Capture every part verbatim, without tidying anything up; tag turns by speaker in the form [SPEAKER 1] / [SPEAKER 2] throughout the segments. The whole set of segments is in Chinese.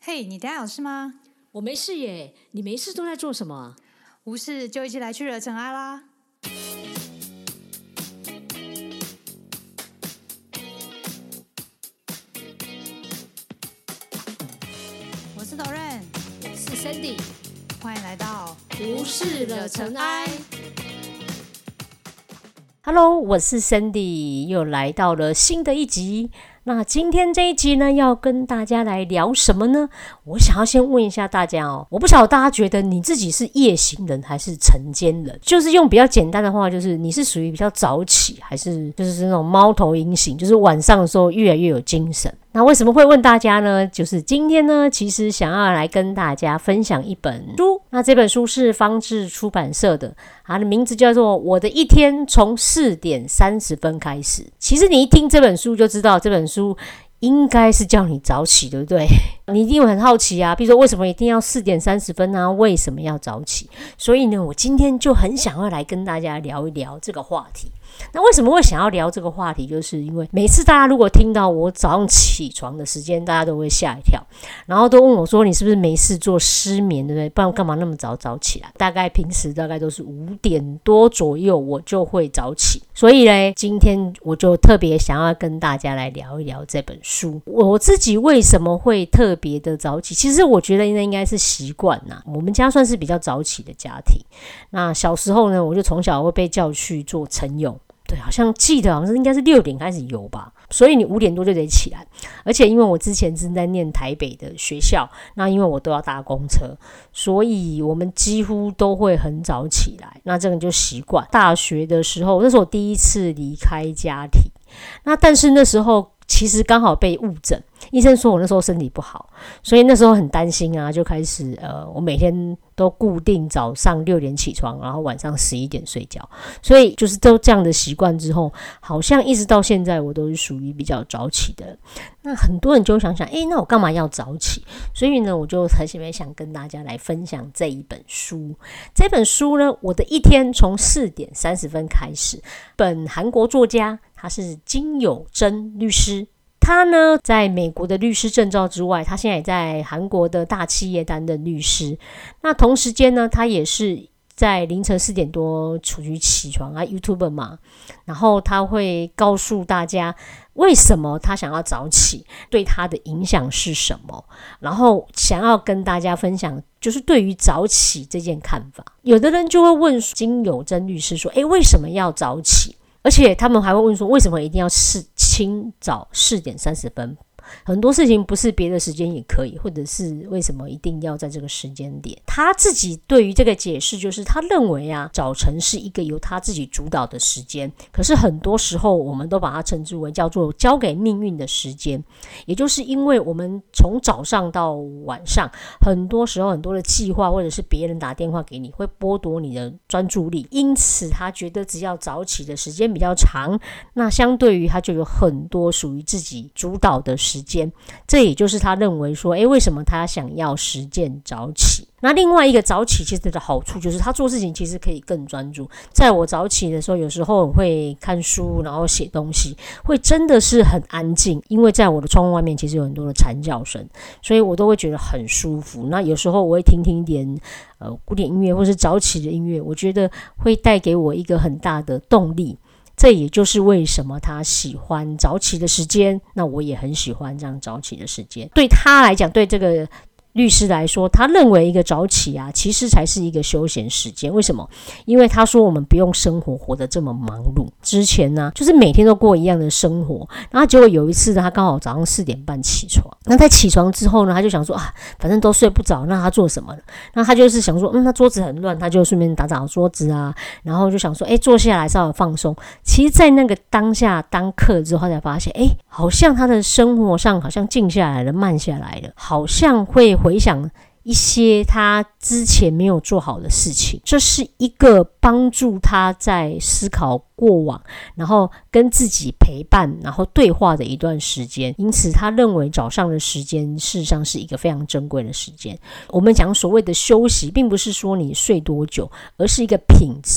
[SPEAKER 1] 嘿，你等一下有事吗？
[SPEAKER 2] 我没事耶，你没事都在做什么？
[SPEAKER 1] 无事就一起来去惹尘埃啦！我是 Doreen，
[SPEAKER 2] 我是 Sandy，
[SPEAKER 1] 欢迎来到
[SPEAKER 2] 无事惹尘埃。
[SPEAKER 3] Hello， 我是 Sandy， 又来到了新的一集。那今天这一集呢，要跟大家来聊什么呢？我想要先问一下大家哦，我不晓得大家觉得你自己是夜行人还是晨间人？就是用比较简单的话，就是你是属于比较早起，还是就是那种猫头鹰型，就是晚上的时候越来越有精神？那为什么会问大家呢？就是今天呢，其实想要来跟大家分享一本书。那这本书是方志出版社的，它的名字叫做《我的一天从四点三十分开始》。其实你一听这本书就知道，这本书应该是叫你早起，对不对？你一定会很好奇啊，比如说为什么一定要四点三十分啊？为什么要早起？所以呢，我今天就很想要来跟大家聊一聊这个话题。那为什么会想要聊这个话题？就是因为每次大家如果听到我早上起床的时间，大家都会吓一跳，然后都问我说：“你是不是没事做失眠，对不对？不然干嘛那么早早起来？”大概平时大概都是五点多左右，我就会早起。所以呢，今天我就特别想要跟大家来聊一聊这本书。我自己为什么会特别的早起？其实我觉得那应该是习惯呐。我们家算是比较早起的家庭。那小时候呢，我就从小会被叫去做晨泳。对，好像记得好像应该是六点开始游吧，所以你五点多就得起来。而且因为我之前是在念台北的学校，那因为我都要搭公车，所以我们几乎都会很早起来。那这个就习惯。大学的时候，那是我第一次离开家庭，那但是那时候其实刚好被误诊，医生说我那时候身体不好，所以那时候很担心啊，就开始呃，我每天都固定早上六点起床，然后晚上十一点睡觉，所以就是都这样的习惯之后，好像一直到现在我都是属于比较早起的人。那很多人就想想，诶，那我干嘛要早起？所以呢，我就很想跟大家来分享这一本书。这本书呢，我的一天从四点三十分开始。本韩国作家，他是金有珍律师。他呢，在美国的律师证照之外，他现在也在韩国的大企业担任律师。那同时间呢，他也是在凌晨四点多出去起床啊 ，YouTuber 嘛，然后他会告诉大家为什么他想要早起，对他的影响是什么，然后想要跟大家分享，就是对于早起这件看法。有的人就会问金有珍律师说：“诶，为什么要早起？”而且他们还会问说，为什么一定要是清早四点三十分？很多事情不是别的时间也可以，或者是为什么一定要在这个时间点？他自己对于这个解释就是，他认为啊，早晨是一个由他自己主导的时间，可是很多时候我们都把它称之为叫做交给命运的时间，也就是因为我们从早上到晚上，很多时候很多的计划或者是别人打电话给你，会剥夺你的专注力，因此他觉得只要早起的时间比较长，那相对于他就有很多属于自己主导的时间。时间，这也就是他认为说，诶，为什么他想要实践早起？那另外一个早起其实的好处就是他做事情其实可以更专注。在我早起的时候，有时候我会看书，然后写东西，会真的是很安静，因为在我的窗户外面其实有很多的蝉叫声，所以我都会觉得很舒服。那有时候我会听听一点呃古典音乐或是早起的音乐，我觉得会带给我一个很大的动力。这也就是为什么他喜欢早起的时间，那我也很喜欢这样早起的时间。对他来讲，对这个律师来说，他认为一个早起啊，其实才是一个休闲时间。为什么？因为他说我们不用生活活得这么忙碌。之前呢、啊，就是每天都过一样的生活，然后结果有一次呢，他刚好早上四点半起床。那在起床之后呢，他就想说啊，反正都睡不着，那他做什么呢？那他就是想说，嗯，那桌子很乱，他就顺便打打桌子啊，然后就想说，哎，坐下来稍微放松。其实，在那个当下当刻之后，他才发现，哎，好像他的生活上好像静下来了，慢下来了，好像会回想一些他之前没有做好的事情，这是一个帮助他在思考过往，然后跟自己陪伴，然后对话的一段时间。因此他认为早上的时间事实上是一个非常珍贵的时间。我们讲所谓的休息，并不是说你睡多久，而是一个品质。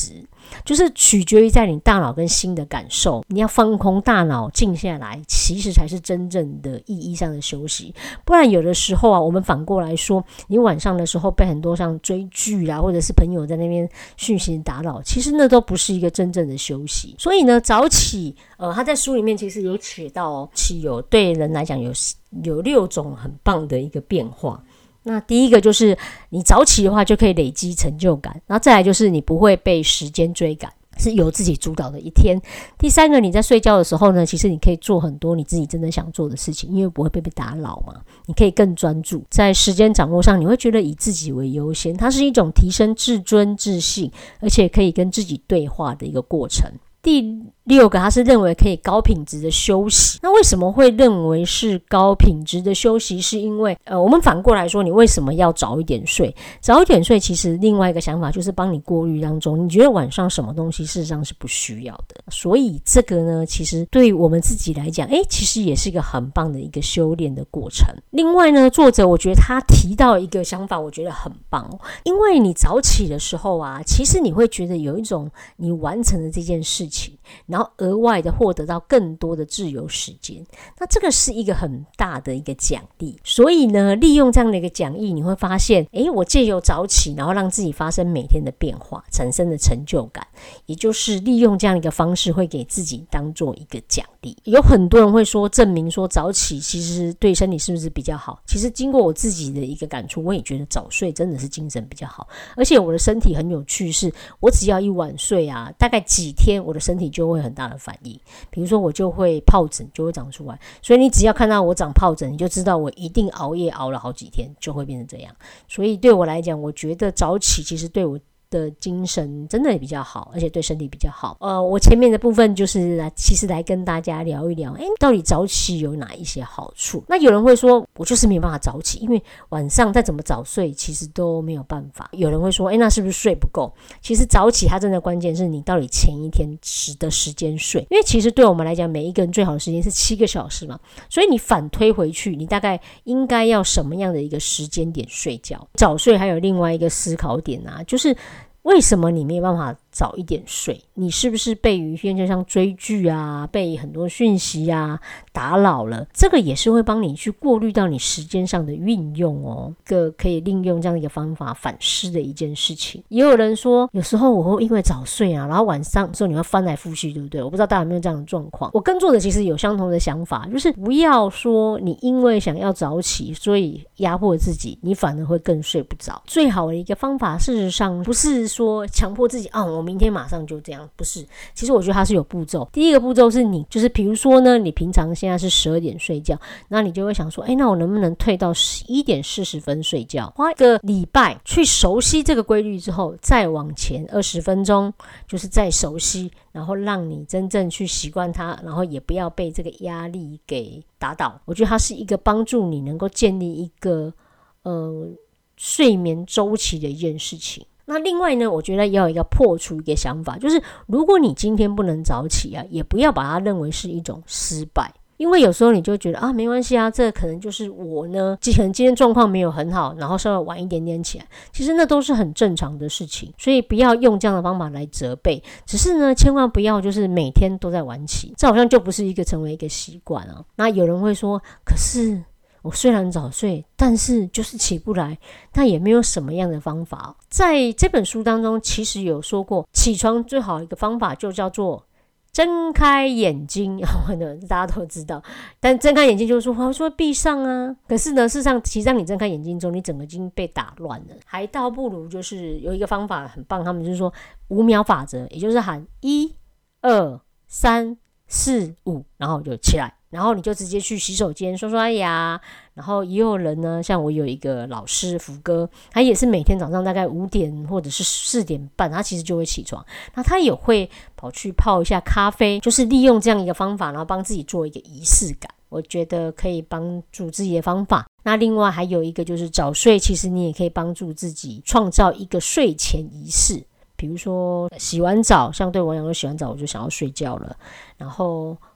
[SPEAKER 3] 就是取决于在你大脑跟心的感受。你要放空大脑，静下来，其实才是真正的意义上的休息。不然有的时候啊，我们反过来说，你晚上的时候被很多像追剧啊，或者是朋友在那边讯息打扰，其实那都不是一个真正的休息。所以呢，早起，呃，他在书里面其实有写到哦，起有对人来讲有有六种很棒的一个变化。那第一个就是你早起的话就可以累积成就感，然后再来就是你不会被时间追赶，是由自己主导的一天。第三个，你在睡觉的时候呢，其实你可以做很多你自己真的想做的事情，因为不会被被打扰嘛，你可以更专注。在时间掌握上，你会觉得以自己为优先，它是一种提升自尊自信，而且可以跟自己对话的一个过程。第六个，他是认为可以高品质的休息。那为什么会认为是高品质的休息？是因为呃，我们反过来说，你为什么要早一点睡？早一点睡，其实另外一个想法就是帮你过滤当中，你觉得晚上什么东西事实上是不需要的。所以这个呢，其实对我们自己来讲，诶，其实也是一个很棒的一个修炼的过程。另外呢，作者我觉得他提到一个想法，我觉得很棒哦，因为你早起的时候啊，其实你会觉得有一种你完成了这件事情，然后额外的获得到更多的自由时间，那这个是一个很大的一个奖励。所以呢，利用这样的一个奖励，你会发现，诶，我借由早起，然后让自己发生每天的变化，产生的成就感，也就是利用这样一个方式，会给自己当做一个奖励。有很多人会说，证明说早起其实对身体是不是比较好？其实经过我自己的一个感触，我也觉得早睡真的是精神比较好，而且我的身体很有趣，是我只要一晚睡啊，大概几天我的身体就会很大的反应。比如说我就会疱疹就会长出来，所以你只要看到我长疱疹，你就知道我一定熬夜熬了好几天就会变成这样。所以对我来讲，我觉得早起其实对我的精神真的也比较好，而且对身体比较好。呃，我前面的部分就是来，其实来跟大家聊一聊，诶，到底早起有哪一些好处？那有人会说，我就是没有办法早起，因为晚上再怎么早睡，其实都没有办法。有人会说，诶，那是不是睡不够？其实早起它真的关键是你到底前一天的时间睡，因为其实对我们来讲，每一个人最好的时间是七个小时嘛，所以你反推回去，你大概应该要什么样的一个时间点睡觉？早睡还有另外一个思考点啊，就是为什么你没有办法早一点睡？你是不是被于就像追剧啊，被很多讯息啊打扰了？这个也是会帮你去过滤到你时间上的运用哦，一个可以利用这样的一个方法反思的一件事情。也有人说，有时候我会因为早睡啊，然后晚上的时候你会翻来覆去，对不对？我不知道大家有没有这样的状况。我跟作者其实有相同的想法，就是不要说你因为想要早起，所以压迫自己，你反而会更睡不着。最好的一个方法，事实上不是说强迫自己啊，我明天马上就这样，不是。其实我觉得它是有步骤。第一个步骤是你就是比如说呢，你平常现在是十二点睡觉，那你就会想说，哎，那我能不能退到十一点四十分睡觉？花一个礼拜去熟悉这个规律之后，再往前二十分钟，就是再熟悉，然后让你真正去习惯它，然后也不要被这个压力给打倒。我觉得它是一个帮助你能够建立一个呃睡眠周期的一件事情。那另外呢，我觉得也有一个破除一个想法，就是如果你今天不能早起啊，也不要把它认为是一种失败。因为有时候你就觉得啊，没关系啊，这可能就是我呢，可能今天状况没有很好，然后稍微晚一点点起来，其实那都是很正常的事情，所以不要用这样的方法来责备。只是呢，千万不要就是每天都在晚起，这好像就不是一个成为一个习惯啊。那有人会说，可是我虽然早睡，但是就是起不来，那也没有什么样的方法。在这本书当中，其实有说过，起床最好的一个方法就叫做睁开眼睛，大家都知道，但睁开眼睛就是说，我说闭上啊。可是呢，事实上，其实当你睁开眼睛之后，你整个已经被打乱了。还倒不如就是有一个方法很棒，他们就是说五秒法则，也就是喊一、二、三、四、五，然后就起来。然后你就直接去洗手间刷刷牙，然后也有人呢，像我有一个老师福哥，他也是每天早上大概五点或者是四点半，他其实就会起床，那他也会跑去泡一下咖啡，就是利用这样一个方法，然后帮自己做一个仪式感，我觉得可以帮助自己的方法。那另外还有一个就是早睡，其实你也可以帮助自己创造一个睡前仪式，比如说洗完澡，像对我来讲洗完澡我就想要睡觉了，然后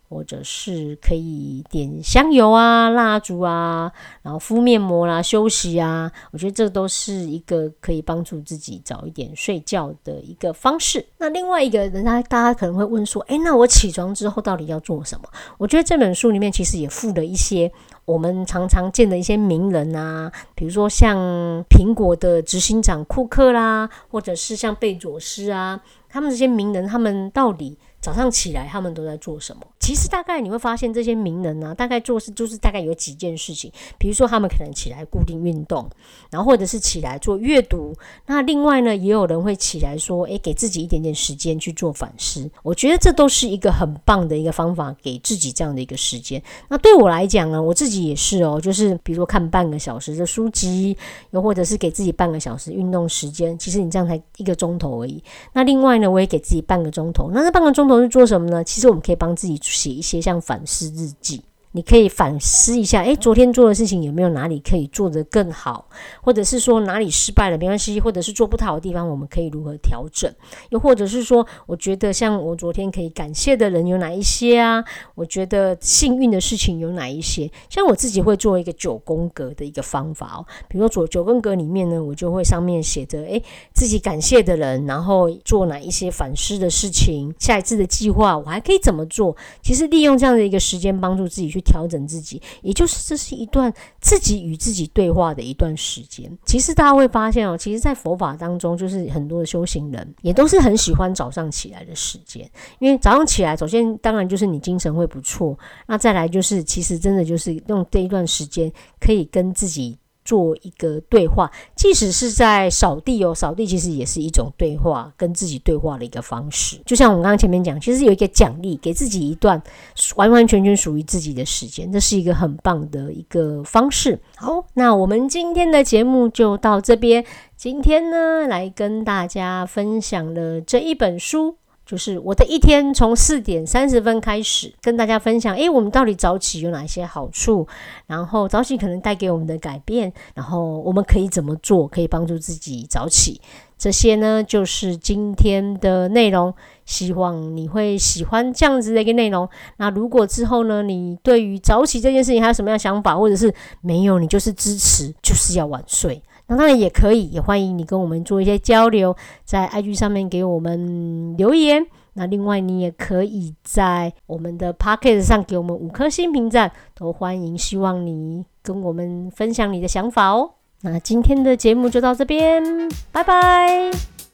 [SPEAKER 3] 或者是可以点香油啊、蜡烛啊，然后敷面膜啦、休息啊，我觉得这都是一个可以帮助自己早一点睡觉的一个方式。那另外一个人家大家可能会问说，诶，那我起床之后到底要做什么？我觉得这本书里面其实也附了一些我们常常见的一些名人啊，比如说像苹果的执行长库克啦，或者是像贝佐斯啊，他们这些名人，他们到底早上起来他们都在做什么？其实大概你会发现这些名人啊，大概做事就是大概有几件事情，比如说他们可能起来固定运动，然后或者是起来做阅读，那另外呢也有人会起来说，诶，给自己一点点时间去做反思。我觉得这都是一个很棒的一个方法，给自己这样的一个时间。那对我来讲呢，我自己也是哦，就是比如说看半个小时的书籍，又或者是给自己半个小时运动时间，其实你这样才一个钟头而已。那另外呢，我也给自己半个钟头，那这半个钟头是做什么呢？其实我们可以帮自己写一些像反思日记，你可以反思一下，诶，昨天做的事情有没有哪里可以做得更好，或者是说哪里失败了没关系，或者是做不好的地方我们可以如何调整，又或者是说我觉得像我昨天可以感谢的人有哪一些啊，我觉得幸运的事情有哪一些。像我自己会做一个九宫格的一个方法哦，比如说九宫格里面呢，我就会上面写着诶自己感谢的人，然后做哪一些反思的事情，下一次的计划我还可以怎么做。其实利用这样的一个时间帮助自己去调整自己，也就是这是一段自己与自己对话的一段时间。其实大家会发现哦，其实在佛法当中，就是很多的修行人也都是很喜欢早上起来的时间，因为早上起来首先当然就是你精神会不错，那再来就是其实真的就是用这一段时间可以跟自己做一个对话，即使是在扫地哦，扫地其实也是一种对话，跟自己对话的一个方式。就像我们刚刚前面讲，其实有一个奖励，给自己一段完完全全属于自己的时间，这是一个很棒的一个方式。好，那我们今天的节目就到这边。今天呢，来跟大家分享了这一本书，就是我的一天从四点三十分开始，跟大家分享诶我们到底早起有哪些好处，然后早起可能带给我们的改变，然后我们可以怎么做可以帮助自己早起。这些呢就是今天的内容，希望你会喜欢这样子的一个内容。那如果之后呢，你对于早起这件事情还有什么样的想法，或者是没有，你就是支持就是要晚睡，那当然也可以，也欢迎你跟我们做一些交流，在 I G 上面给我们留言。那另外你也可以在我们的 Podcast 上给我们五颗星评赞，都欢迎，希望你跟我们分享你的想法哦。那今天的节目就到这边，拜拜。